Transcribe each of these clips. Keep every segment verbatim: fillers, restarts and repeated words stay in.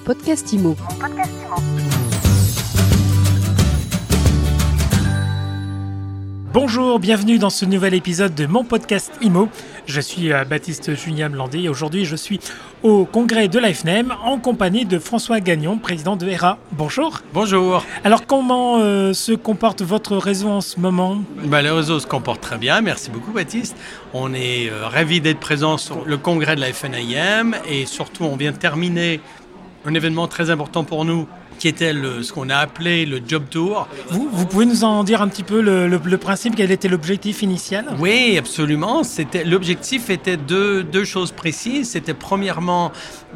podcast Imo. Mon podcast Imo. Bonjour, bienvenue dans ce nouvel épisode de mon podcast Imo. Je suis euh, Baptiste Julien Blandé et aujourd'hui je suis au congrès de l'A F N E M en compagnie de François Gagnon, président de Hera. Bonjour. Bonjour. Alors comment euh, se comporte votre réseau en ce moment ? Ben, le réseau se comporte très bien, merci beaucoup Baptiste. On est euh, ravis d'être présents sur le congrès de la F N I M et surtout on vient de terminer un événement très important pour nous qui était le, ce qu'on a appelé le Job Tour. Vous, vous pouvez nous en dire un petit peu le, le, le principe, quel était l'objectif initial ? Oui, absolument. C'était, l'objectif était deux, deux choses précises. C'était premièrement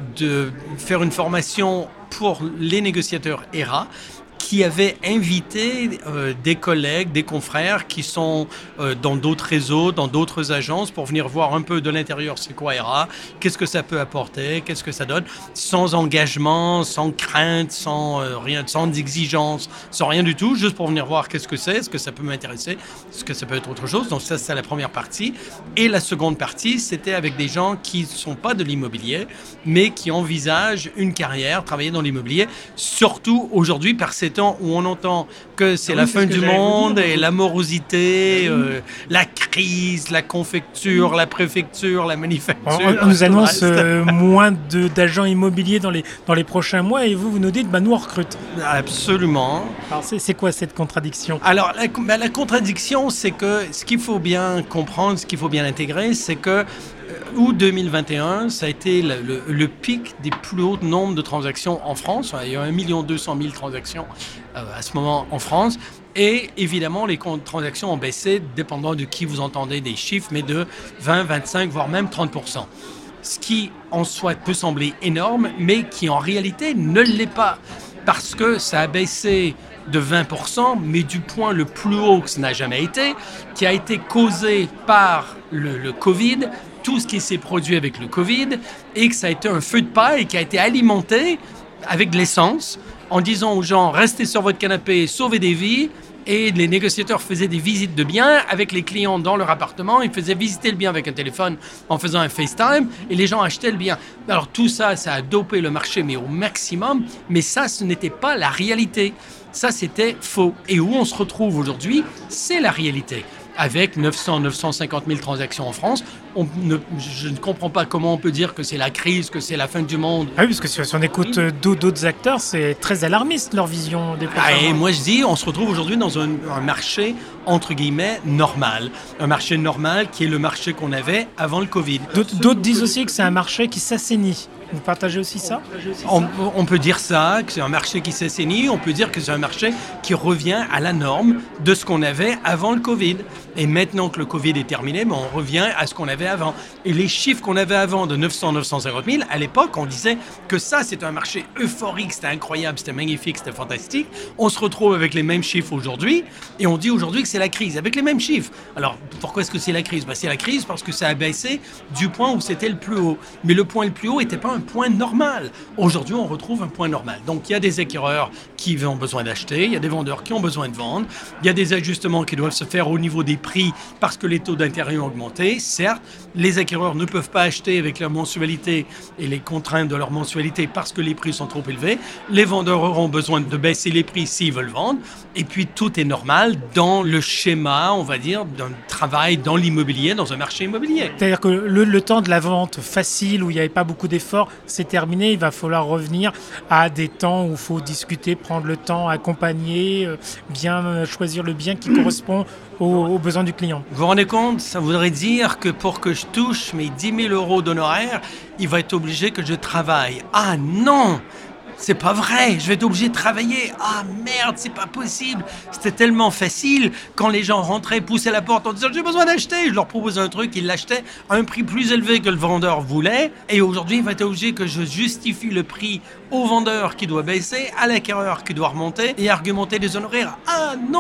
de faire une formation pour les négociateurs Hera qui avaient invité euh, des collègues, des confrères qui sont euh, dans d'autres réseaux, dans d'autres agences pour venir voir un peu de l'intérieur c'est quoi Hera, qu'est-ce que ça peut apporter, qu'est-ce que ça donne, sans engagement, sans crainte, sans euh, rien, sans exigence, sans rien du tout, juste pour venir voir qu'est-ce que c'est, est-ce que ça peut m'intéresser, est-ce que ça peut être autre chose. Donc ça, c'est la première partie. Et la seconde partie, c'était avec des gens qui ne sont pas de l'immobilier, mais qui envisagent une carrière, travailler dans l'immobilier, surtout aujourd'hui par ces temps où on entend que c'est ah oui, la fin du monde dire, et la morosité, euh, la crise, la confecture, la préfecture, la manufacture. On, on nous annonce euh, moins de, d'agents immobiliers dans les, dans les prochains mois et vous, vous nous dites, bah, nous on recrute. Absolument. Alors c'est, c'est quoi cette contradiction ? Alors la, bah, la contradiction, c'est que ce qu'il faut bien comprendre, ce qu'il faut bien intégrer, c'est que août deux mille vingt et un, ça a été le, le, le pic des plus hauts nombres de transactions en France. Il y a un million deux cent mille transactions euh, à ce moment en France. Et évidemment, les transactions ont baissé, dépendant de qui vous entendez des chiffres, mais de vingt, vingt-cinq, voire même trente pour cent. Ce qui, en soi, peut sembler énorme, mais qui, en réalité, ne l'est pas. Parce que ça a baissé de vingt pour cent, mais du point le plus haut que ça n'a jamais été, qui a été causé par le, le Covid, tout ce qui s'est produit avec le Covid, et que ça a été un feu de paille qui a été alimenté avec de l'essence, en disant aux gens, restez sur votre canapé, sauvez des vies, et les négociateurs faisaient des visites de biens avec les clients dans leur appartement, ils faisaient visiter le bien avec un téléphone en faisant un FaceTime, et les gens achetaient le bien. Alors tout ça, ça a dopé le marché, mais au maximum, mais ça, ce n'était pas la réalité. Ça, c'était faux. Et où on se retrouve aujourd'hui, c'est la réalité. Avec neuf cents à neuf cent cinquante mille transactions en France, on ne, je ne comprends pas comment on peut dire que c'est la crise, que c'est la fin du monde. Ah oui, parce que si on écoute oui. d'autres acteurs, c'est très alarmiste leur vision des prochains ah, Et mois. moi je dis, on se retrouve aujourd'hui dans un, un marché, entre guillemets, normal. Un marché normal qui est le marché qu'on avait avant le Covid. D'autres, d'autres disent aussi que c'est un marché qui s'assainit. Vous partagez aussi ça ? on, on peut dire ça, que c'est un marché qui s'assainit, on peut dire que c'est un marché qui revient à la norme de ce qu'on avait avant le Covid. Et maintenant que le Covid est terminé, ben on revient à ce qu'on avait avant. Et les chiffres qu'on avait avant de neuf cents à neuf cent cinquante mille, à l'époque, on disait que ça, c'était un marché euphorique, c'était incroyable, c'était magnifique, c'était fantastique. On se retrouve avec les mêmes chiffres aujourd'hui et on dit aujourd'hui que c'est la crise, avec les mêmes chiffres. Alors, pourquoi est-ce que c'est la crise ? Ben, c'est la crise parce que ça a baissé du point où c'était le plus haut. Mais le point le plus haut n'était pas un point normal. Aujourd'hui, on retrouve un point normal. Donc, il y a des acquéreurs qui ont besoin d'acheter, il y a des vendeurs qui ont besoin de vendre, il y a des ajustements qui doivent se faire au niveau des prix parce que les taux d'intérêt ont augmenté. Certes, les acquéreurs ne peuvent pas acheter avec leur mensualité et les contraintes de leur mensualité parce que les prix sont trop élevés. Les vendeurs auront besoin de baisser les prix s'ils veulent vendre. Et puis, tout est normal dans le schéma, on va dire, d'un travail dans l'immobilier, dans un marché immobilier. C'est-à-dire que le, le temps de la vente facile, où il n'y avait pas beaucoup d'efforts, c'est terminé. Il va falloir revenir à des temps où il faut discuter, prendre le temps, accompagner, bien choisir le bien qui correspond aux, aux besoins du client. Vous vous rendez compte, ça voudrait dire que pour que je touche mes dix mille euros d'honoraires, il va être obligé que je travaille. Ah non! C'est pas vrai, je vais être obligé de travailler. Ah merde, c'est pas possible. C'était tellement facile quand les gens rentraient, poussaient la porte en disant j'ai besoin d'acheter. Je leur proposais un truc, ils l'achetaient à un prix plus élevé que le vendeur voulait. Et aujourd'hui, il va être obligé que je justifie le prix au vendeur qui doit baisser, à l'acquéreur qui doit remonter et argumenter des honoraires. Ah non!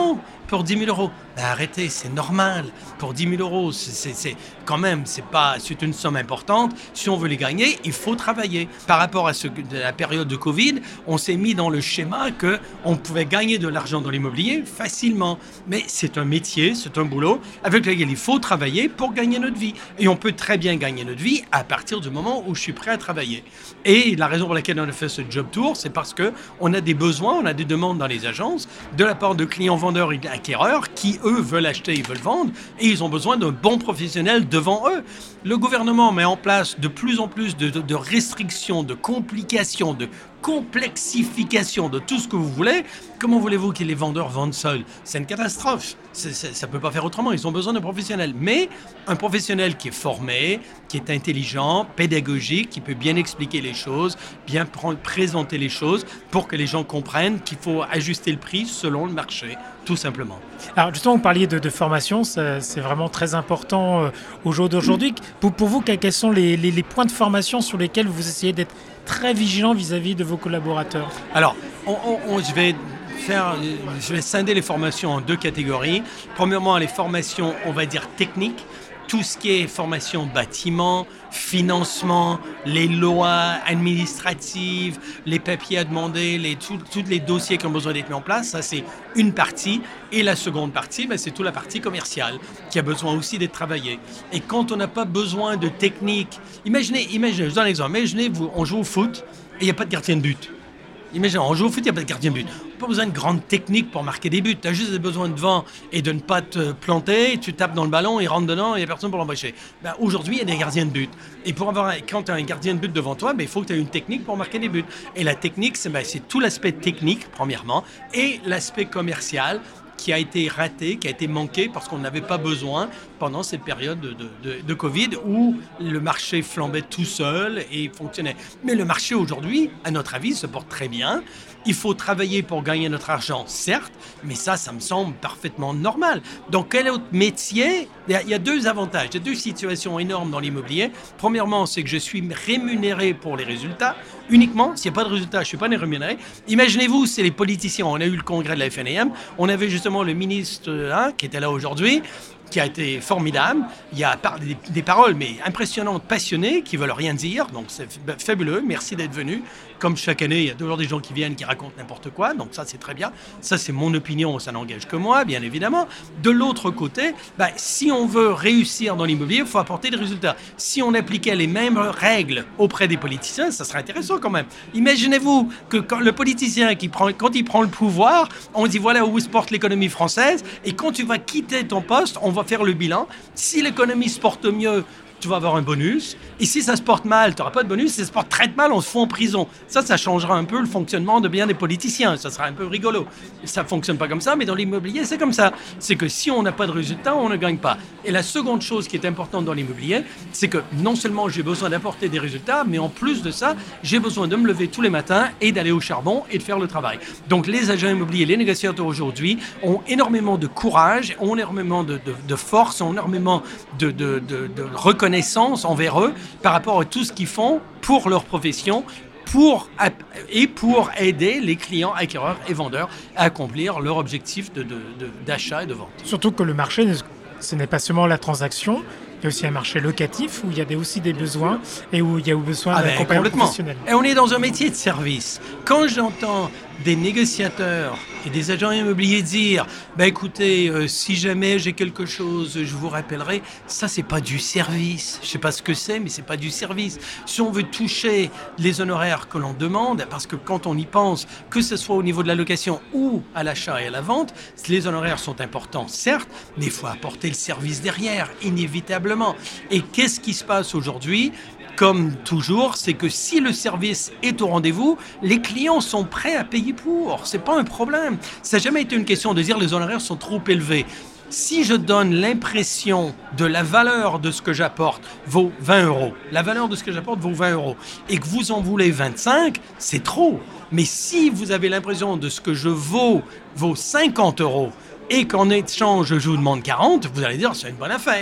pour dix mille euros. Ben arrêtez, c'est normal. Pour dix mille euros, c'est, c'est, c'est quand même, c'est, pas, c'est une somme importante. Si on veut les gagner, il faut travailler. Par rapport à, ce, à la période de Covid, on s'est mis dans le schéma qu'on pouvait gagner de l'argent dans l'immobilier facilement. Mais c'est un métier, c'est un boulot avec lequel il faut travailler pour gagner notre vie. Et on peut très bien gagner notre vie à partir du moment où je suis prêt à travailler. Et la raison pour laquelle on a fait ce job tour, c'est parce qu'on a des besoins, on a des demandes dans les agences de la part de clients vendeurs et acquéreurs qui, eux, veulent acheter, ils veulent vendre et ils ont besoin d'un bon professionnel devant eux. Le gouvernement met en place de plus en plus de, de, de restrictions, de complications, de complexification de tout ce que vous voulez. Comment voulez-vous que les vendeurs vendent seuls? C'est une catastrophe. C'est, c'est, ça ne peut pas faire autrement. Ils ont besoin d'un professionnel. Mais un professionnel qui est formé, qui est intelligent, pédagogique, qui peut bien expliquer les choses, bien pr- présenter les choses pour que les gens comprennent qu'il faut ajuster le prix selon le marché, tout simplement. Alors justement, vous parliez de, de formation, ça, c'est vraiment très important euh, au jour d'aujourd'hui. Pour, pour vous, quels sont les, les, les points de formation sur lesquels vous essayez d'être très vigilant vis-à-vis de vos collaborateurs? Alors, on, on, on, je vais faire, je vais scinder les formations en deux catégories. Premièrement, les formations, on va dire techniques. Tout ce qui est formation bâtiment, financement, les lois administratives, les papiers à demander, les, tous les dossiers qui ont besoin d'être mis en place, ça c'est une partie. Et la seconde partie, ben, c'est toute la partie commerciale qui a besoin aussi d'être travaillée. Et quand on n'a pas besoin de technique, imaginez, imaginez, je donne un exemple, imaginez, vous, on joue au foot et il n'y a pas de gardien de but. Imaginez, on joue au foot, il n'y a pas de gardien de but. Pas besoin de grande technique pour marquer des buts. Tu as juste besoin de vent et de ne pas te planter. Tu tapes dans le ballon, il rentre dedans et il n'y a personne pour l'empêcher. Ben, aujourd'hui, il y a des gardiens de but. Et pour avoir, quand tu as un gardien de but devant toi, ben, il faut que tu aies une technique pour marquer des buts. Et la technique, c'est, ben, c'est tout l'aspect technique, premièrement, et l'aspect commercial qui a été raté, qui a été manqué parce qu'on n'avait pas besoin pendant cette période de, de, de, de Covid où le marché flambait tout seul et fonctionnait. Mais le marché aujourd'hui, à notre avis, se porte très bien. Il faut travailler pour gagner notre argent, certes, mais ça, ça me semble parfaitement normal. Donc, quel autre métier? Il y a, il y a deux avantages, il y a deux situations énormes dans l'immobilier. Premièrement, c'est que je suis rémunéré pour les résultats. Uniquement, s'il n'y a pas de résultats, je ne suis pas rémunéré. Imaginez-vous, c'est les politiciens. On a eu le congrès de la F N A M. On avait justement le ministre hein, qui était là aujourd'hui, qui a été formidable. Il y a des, des paroles, mais impressionnantes, passionnées, qui ne veulent rien dire. Donc, c'est fabuleux. Merci d'être venu. Comme chaque année, il y a toujours des gens qui viennent, qui racontent n'importe quoi. Donc, ça, c'est très bien. Ça, c'est mon opinion. Ça n'engage que moi, bien évidemment. De l'autre côté, ben, si on veut réussir dans l'immobilier, il faut apporter des résultats. Si on appliquait les mêmes règles auprès des politiciens, ça serait intéressant quand même. Imaginez-vous que quand le politicien, qui prend, quand il prend le pouvoir, on dit voilà où se porte l'économie française. Et quand tu vas quitter ton poste, on va faire le bilan. Si l'économie se porte mieux, tu vas avoir un bonus. Et si ça se porte mal, tu n'auras pas de bonus. Si ça se porte très mal, on se fout en prison. Ça, ça changera un peu le fonctionnement de bien des politiciens. Ça sera un peu rigolo. Ça ne fonctionne pas comme ça, mais dans l'immobilier, c'est comme ça. C'est que si on n'a pas de résultat, on ne gagne pas. Et la seconde chose qui est importante dans l'immobilier, c'est que non seulement j'ai besoin d'apporter des résultats, mais en plus de ça, j'ai besoin de me lever tous les matins et d'aller au charbon et de faire le travail. Donc, les agents immobiliers, les négociateurs aujourd'hui ont énormément de courage, ont énormément de, de, de force, ont énormément de, de, de, de reconnaissance envers eux par rapport à tout ce qu'ils font pour leur profession pour, et pour aider les clients, acquéreurs et vendeurs à accomplir leur objectif de, de, de, d'achat et de vente. Surtout que le marché, ce n'est pas seulement la transaction, il y a aussi un marché locatif où il y a des, aussi des besoins et où il y a besoin ah d'un ben, accompagnement professionnel. Et on est dans un métier de service. Quand j'entends des négociateurs et des agents immobiliers dire ben écoutez, euh, si jamais j'ai quelque chose, je vous rappellerai, ça c'est pas du service. Je sais pas ce que c'est, mais c'est pas du service. Si on veut toucher les honoraires que l'on demande, parce que quand on y pense, que ce soit au niveau de la location ou à l'achat et à la vente, les honoraires sont importants, certes, mais il faut apporter le service derrière, inévitablement. Et qu'est-ce qui se passe aujourd'hui ? Comme toujours, c'est que si le service est au rendez-vous, les clients sont prêts à payer pour. C'est pas un problème. Ça n'a jamais été une question de dire les honoraires sont trop élevés. Si je donne l'impression de la valeur de ce que j'apporte vaut vingt euros, la valeur de ce que j'apporte vaut vingt euros, et que vous en voulez vingt-cinq, c'est trop. Mais si vous avez l'impression de ce que je vaux vaut cinquante euros, et qu'en échange, je vous demande quarante, vous allez dire c'est une bonne affaire.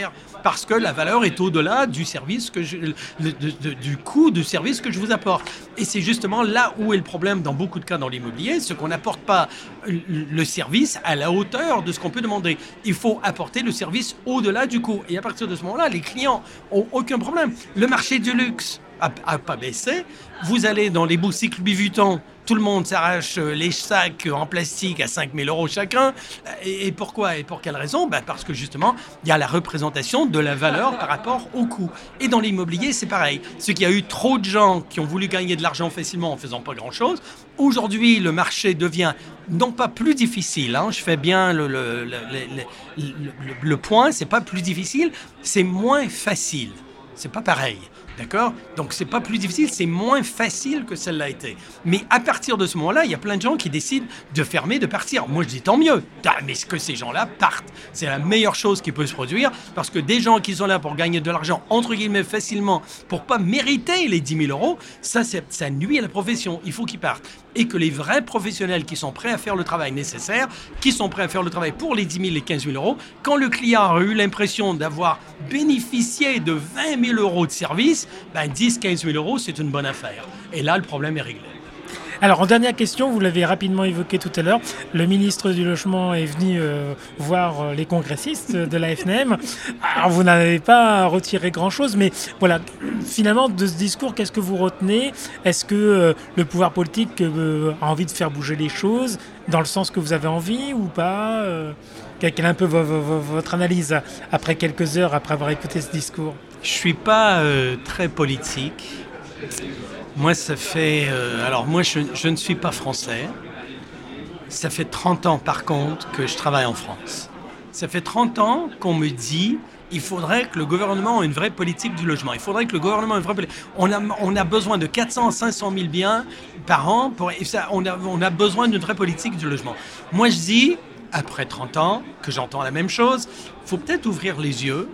parce que la valeur est au-delà du service que je, le, de, de, du coût du service que je vous apporte. Et c'est justement là où est le problème dans beaucoup de cas dans l'immobilier, c'est qu'on n'apporte pas le service à la hauteur de ce qu'on peut demander. Il faut apporter le service au-delà du coût. Et à partir de ce moment-là, les clients n'ont aucun problème. Le marché du luxe n'a pas baissé. Vous allez dans les boutiques Louis Vuitton, tout le monde s'arrache les sacs en plastique à cinq mille euros chacun. Et, et pourquoi? Et pour quelle raison? Ben parce que justement, il y a la représentation de la valeur par rapport au coût. Et dans l'immobilier, c'est pareil. C'est qu'il y a eu trop de gens qui ont voulu gagner de l'argent facilement en faisant pas grand-chose. Aujourd'hui, le marché devient non pas plus difficile. Hein, je fais bien le, le, le, le, le, le point. C'est pas plus difficile, c'est moins facile. C'est pas pareil. D'accord? Donc, c'est pas plus difficile, c'est moins facile que celle-là a été. Mais à partir de ce moment-là, il y a plein de gens qui décident de fermer, de partir. Moi, je dis tant mieux. Ah, mais que ces gens-là partent. C'est la meilleure chose qui peut se produire parce que des gens qui sont là pour gagner de l'argent, entre guillemets, facilement, pour pas mériter les dix mille euros, ça, ça nuit à la profession. Il faut qu'ils partent. Et que les vrais professionnels qui sont prêts à faire le travail nécessaire, qui sont prêts à faire le travail pour les dix mille et quinze mille euros, quand le client a eu l'impression d'avoir bénéficié de vingt mille euros de service, ben dix à quinze mille euros, c'est une bonne affaire. Et là, le problème est réglé. Alors, en dernière question, vous l'avez rapidement évoqué tout à l'heure, le ministre du Logement est venu euh, voir les congressistes de la F N M. Alors, vous n'avez pas retiré grand-chose, mais voilà, finalement, de ce discours, qu'est-ce que vous retenez? Est-ce que euh, le pouvoir politique euh, a envie de faire bouger les choses dans le sens que vous avez envie ou pas euh, Quelle est un peu vo- vo- votre analyse après quelques heures, après avoir écouté ce discours? Je ne suis pas euh, très politique. Moi, ça fait... Euh, alors, moi, je, je ne suis pas français. Ça fait trente ans, par contre, que je travaille en France. Ça fait trente ans qu'on me dit il faudrait que le gouvernement ait une vraie politique du logement. Il faudrait que le gouvernement ait une vraie politique. On a, on a besoin de quatre cents à cinq cent mille biens par an. Pour, et ça, on, a, on a besoin d'une vraie politique du logement. Moi, je dis, après trente ans, que j'entends la même chose, il faut peut-être ouvrir les yeux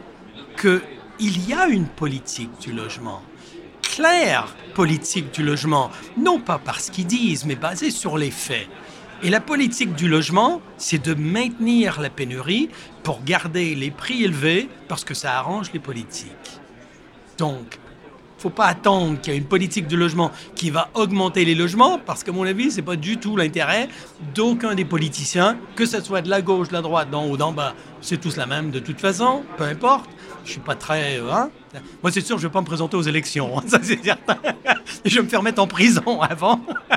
qu'il y a une politique du logement. Claire politique du logement, non pas par ce qu'ils disent, mais basée sur les faits. Et la politique du logement, c'est de maintenir la pénurie pour garder les prix élevés parce que ça arrange les politiques. Donc, il ne faut pas attendre qu'il y ait une politique du logement qui va augmenter les logements parce qu'à mon avis, ce n'est pas du tout l'intérêt d'aucun des politiciens, que ce soit de la gauche, de la droite, d'en haut, d'en bas, c'est tous la même de toute façon, peu importe. Je ne suis pas très... Hein? Moi, c'est sûr, je ne vais pas me présenter aux élections, hein, ça c'est certain. Je vais me faire mettre en prison avant.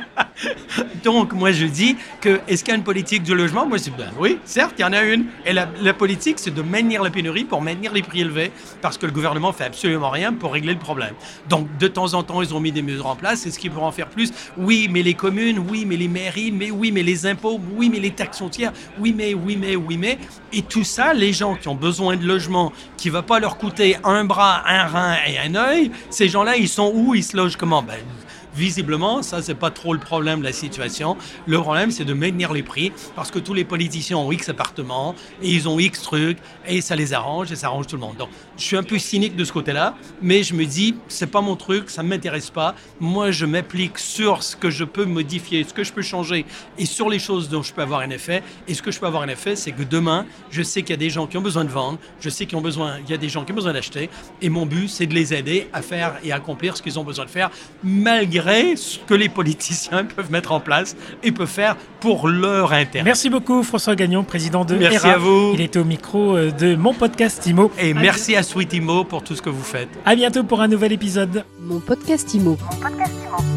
Donc, moi, je dis que, est-ce qu'il y a une politique du logement? Moi, je dis, ben oui, certes, il y en a une. Et la, la politique, c'est de maintenir la pénurie pour maintenir les prix élevés, parce que le gouvernement ne fait absolument rien pour régler le problème. Donc, de temps en temps, ils ont mis des mesures en place. Est-ce qu'ils pourront en faire plus? Oui, mais les communes, oui, mais les mairies, mais oui, mais les impôts, oui, mais les taxes foncières, oui, mais, oui, mais, oui, mais. Et tout ça, les gens qui ont besoin de logement, qui ne va pas leur coûter un bras, un rein et un œil, ces gens-là, ils sont où? Ils se logent comment? Ben, visiblement, ça, c'est pas trop le problème de la situation. Le problème, c'est de maintenir les prix parce que tous les politiciens ont X appartements et ils ont X trucs et ça les arrange et ça arrange tout le monde. Donc, je suis un peu cynique de ce côté-là, mais je me dis, c'est pas mon truc, ça m'intéresse pas. Moi, je m'applique sur ce que je peux modifier, ce que je peux changer et sur les choses dont je peux avoir un effet. Et ce que je peux avoir un effet, c'est que demain, je sais qu'il y a des gens qui ont besoin de vendre, je sais qu'il y a besoin, il y a des gens qui ont besoin d'acheter et mon but, c'est de les aider à faire et à accomplir ce qu'ils ont besoin de faire, malgré ce que les politiciens peuvent mettre en place et peuvent faire pour leur intérêt. Merci beaucoup François Gagnon, président de Merci E R A. à vous. Il était au micro de Mon Podcast Immo. Et à merci bi- à Sweet Immo pour tout ce que vous faites. À bientôt pour un nouvel épisode. Mon podcast Immo. Mon podcast Immo.